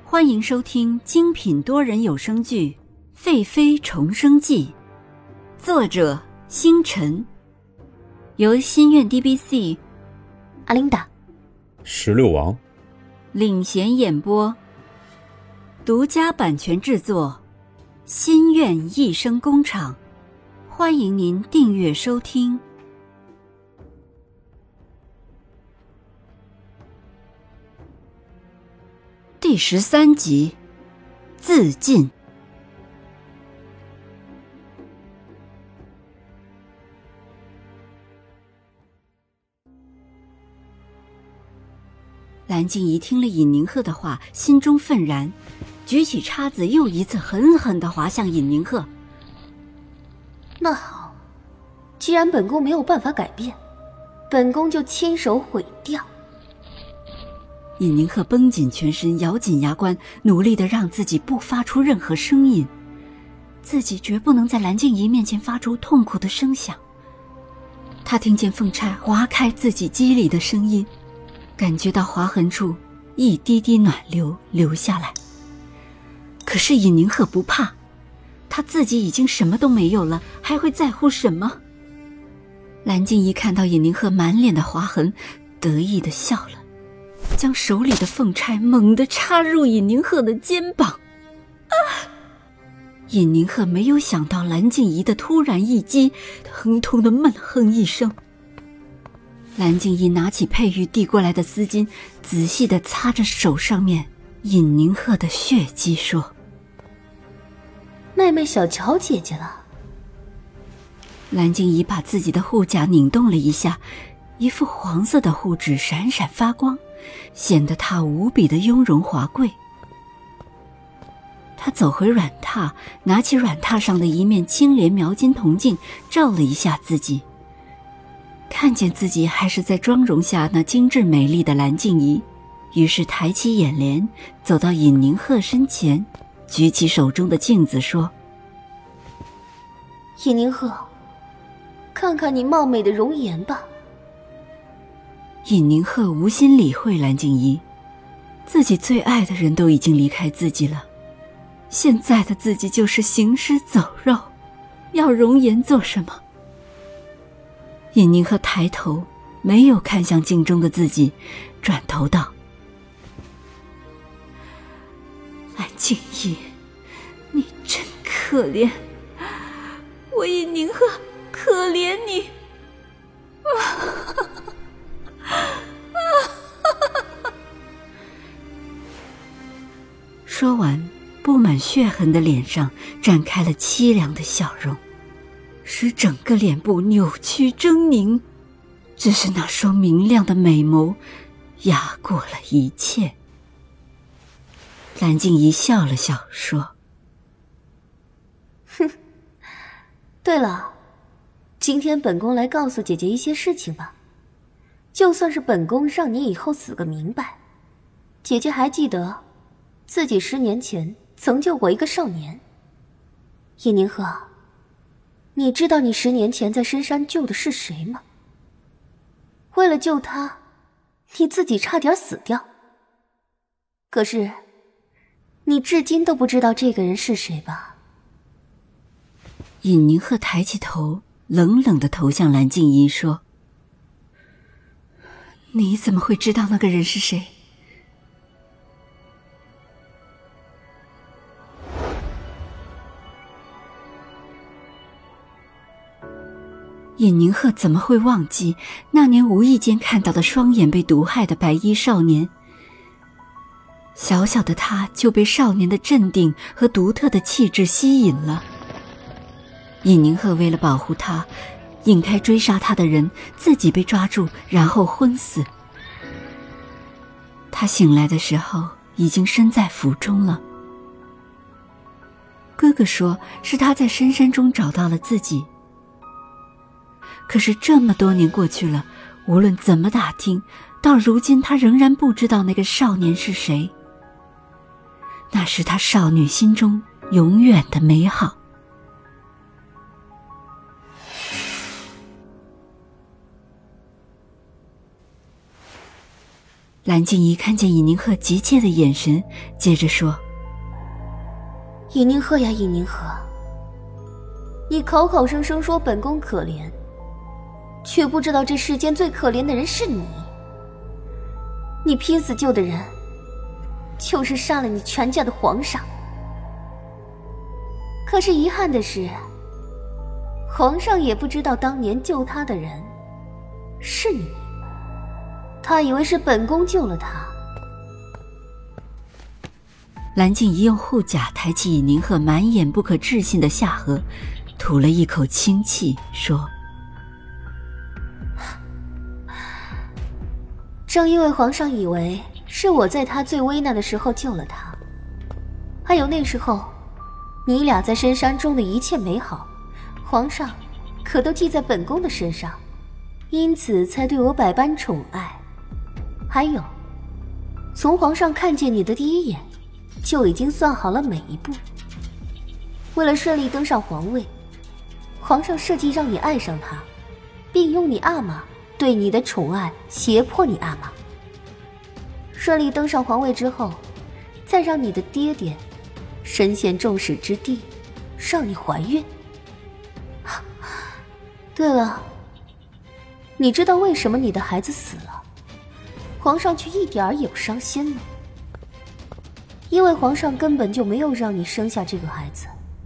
欢迎收听精品多人有声剧《废妃重生记》，作者星辰，由心愿 DBC、 阿琳达、 16王领衔演播，独家版权制作，心愿一声工厂。欢迎您订阅收听。第13集，自尽。蓝静怡听了尹宁鹤的话，心中愤然，举起叉子又一次狠狠地划向尹宁鹤。 那好，既然本宫没有办法改变，本宫就亲手毁掉。 尹宁鹤绷紧全身，咬紧牙关，努力地让自己不发出任何声音。自己绝不能在蓝静怡面前发出痛苦的声响。他听见凤钗划开自己肌理的声音，感觉到划痕处一滴滴暖流流下来。可是尹宁鹤不怕，他自己已经什么都没有了，还会在乎什么？蓝静怡看到尹宁鹤满脸的划痕，得意地笑了，将手里的凤钗猛地插入尹宁鹤的肩膀。尹宁鹤没有想到蓝静怡的突然一击，疼痛地闷哼一声。蓝静怡拿起佩玉递过来的丝巾，仔细地擦着手上面尹宁鹤的血迹，说： 妹妹小瞧姐姐了。 蓝静怡把自己的护甲拧动了一下，一副黄色的护指闪闪发光，显得她无比的雍容华贵。她走回软榻，拿起软榻上的一面青莲描金铜镜，照了一下自己，看见自己还是在妆容下那精致美丽的蓝静怡，于是抬起眼帘，走到尹宁鹤身前，举起手中的镜子说： 尹宁鹤，看看你貌美的容颜吧。 尹宁鹤无心理会蓝静怡，自己最爱的人都已经离开自己了，现在的自己就是行尸走肉，要容颜做什么？尹宁鹤抬头，没有看向镜中的自己，转头道：蓝静怡，你真可怜，我尹宁鹤可怜你。说完，布满血痕的脸上绽开了凄凉的笑容，使整个脸部扭曲狰狞，只是那双明亮的美眸压过了一切。蓝静怡笑了笑说： 哼，对了，今天本宫来告诉姐姐一些事情吧，就算是本宫让你以后死个明白。姐姐还记得自己10年前曾救过一个少年。尹宁鹤，你知道你10年前在深山救的是谁吗？为了救他，你自己差点死掉。可是你至今都不知道这个人是谁吧？ 尹宁鹤抬起头，冷冷地投向蓝静怡说：你怎么会知道那个人是谁？尹宁鹤怎么会忘记那年无意间看到的双眼被毒害的白衣少年？小小的他就被少年的镇定和独特的气质吸引了。尹宁鹤为了保护他，引开追杀他的人，自己被抓住，然后昏死。他醒来的时候已经身在府中了。哥哥说是他在深山中找到了自己，可是这么多年过去了，无论怎么打听，到如今他仍然不知道那个少年是谁。那是他少女心中永远的美好。 蓝静怡看见尹宁鹤急切的眼神，接着说： 尹宁鹤呀，尹宁鹤，你口口声声说本宫可怜，却不知道这世间最可怜的人是你。你拼死救的人，就是杀了你全家的皇上。可是遗憾的是，皇上也不知道当年救他的人是你，他以为是本宫救了他。 蓝静怡用护甲抬起尹宁鹤满眼不可置信的下颌，吐了一口清气，说： 正因为皇上以为是我在他最危难的时候救了他，还有那时候你俩在深山中的一切美好，皇上可都记在本宫的身上，因此才对我百般宠爱。还有，从皇上看见你的第一眼，就已经算好了每一步。为了顺利登上皇位，皇上设计让你爱上他，并用你阿玛对你的宠爱胁迫你阿玛。顺利登上皇位之后，再让你的爹爹身陷众矢之的，让你怀孕。对了，你知道为什么你的孩子死了，皇上却一点儿也不伤心吗？因为皇上根本就没有让你生下这个孩子。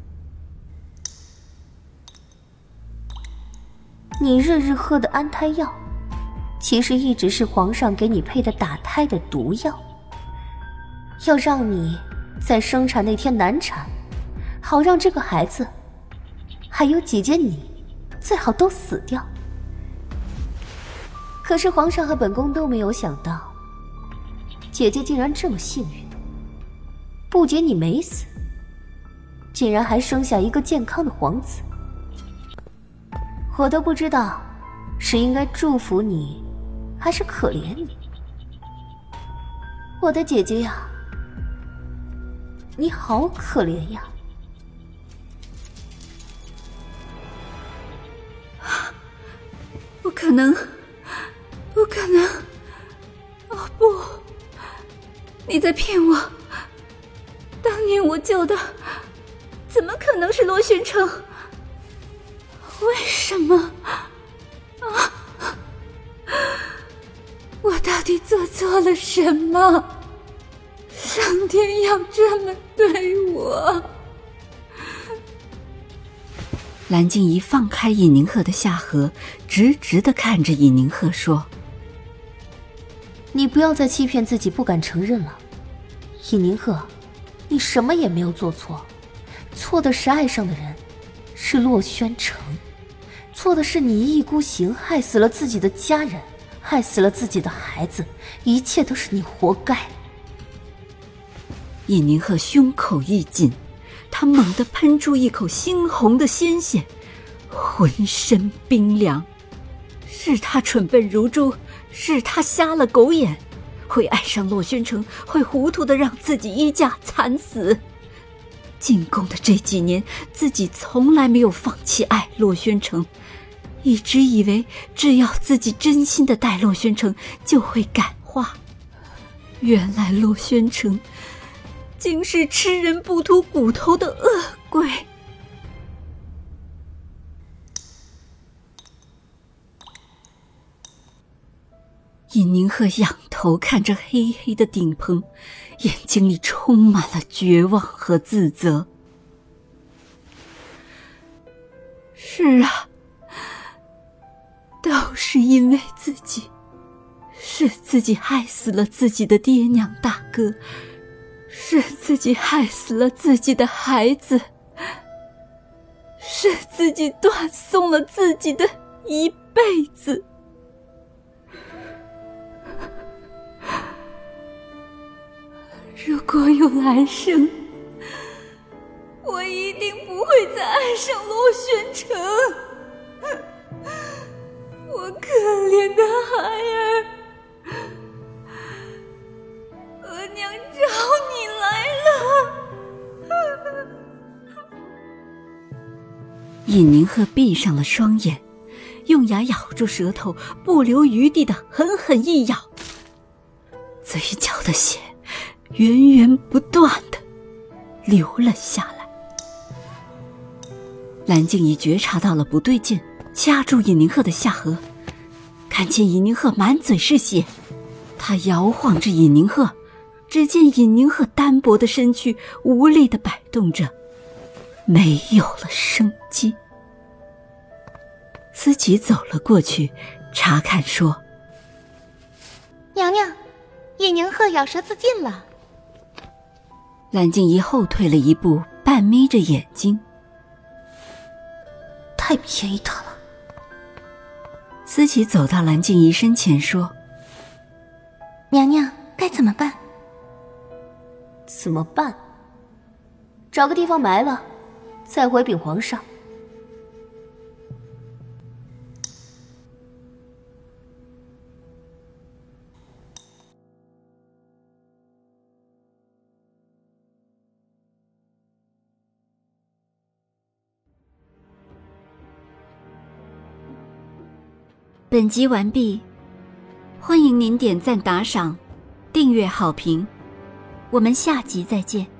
你日日喝的安胎药，其实一直是皇上给你配的打胎的毒药，要让你在生产那天难产，好让这个孩子还有姐姐你最好都死掉。可是皇上和本宫都没有想到，姐姐竟然这么幸运，不仅你没死，竟然还生下一个健康的皇子。我都不知道是应该祝福你，还是可怜你。我的姐姐呀，你好可怜呀。 不可能，不可能！哦不，你在骗我！当年我救的，怎么可能是螺旋城？为什么？啊！我到底做错了什么？上天要这么对我？蓝静怡放开尹宁鹤的下颌，直直地看着尹宁鹤说： 你不要再欺骗自己不敢承认了。尹宁鹤，你什么也没有做错，错的是爱上的人是洛宣城，错的是你一意孤行，害死了自己的家人，害死了自己的孩子，一切都是你活该。 尹宁鹤胸口一紧，他猛地喷出一口猩红的鲜血，浑身冰凉。是他蠢笨如猪，是他瞎了狗眼，会爱上洛宣城，会糊涂的让自己一家惨死。进宫的这几年，自己从来没有放弃爱洛宣城，一直以为只要自己真心的待洛宣城，就会感化。原来洛宣城竟是吃人不吐骨头的恶鬼。尹宁鹤仰头看着黑黑的顶棚，眼睛里充满了绝望和自责。是啊，都是因为自己，是自己害死了自己的爹娘大哥，是自己害死了自己的孩子，是自己断送了自己的一辈子。如果有来生，我一定不会再爱上洛宣城。我可怜的孩儿，额娘找你来了。尹宁鹤闭上了双眼，用牙咬住舌头，不留余地的狠狠一咬。 嘴角的血源源不断地流了下来。蓝静怡觉察到了不对劲，掐住尹宁鹤的下颌，看见尹宁鹤满嘴是血，她摇晃着尹宁鹤，只见尹宁鹤单薄的身躯无力地摆动着，没有了生机。思琪走了过去，查看说：“ 娘娘，尹宁鹤咬舌自尽了。” 蓝静怡后退了一步，半眯着眼睛。 太便宜他了。 思琪走到蓝静怡身前说：“ 娘娘，该怎么办？” 怎么办？找个地方埋了，再回禀皇上。 本集完毕，欢迎您点赞打赏、订阅好评，我们下集再见。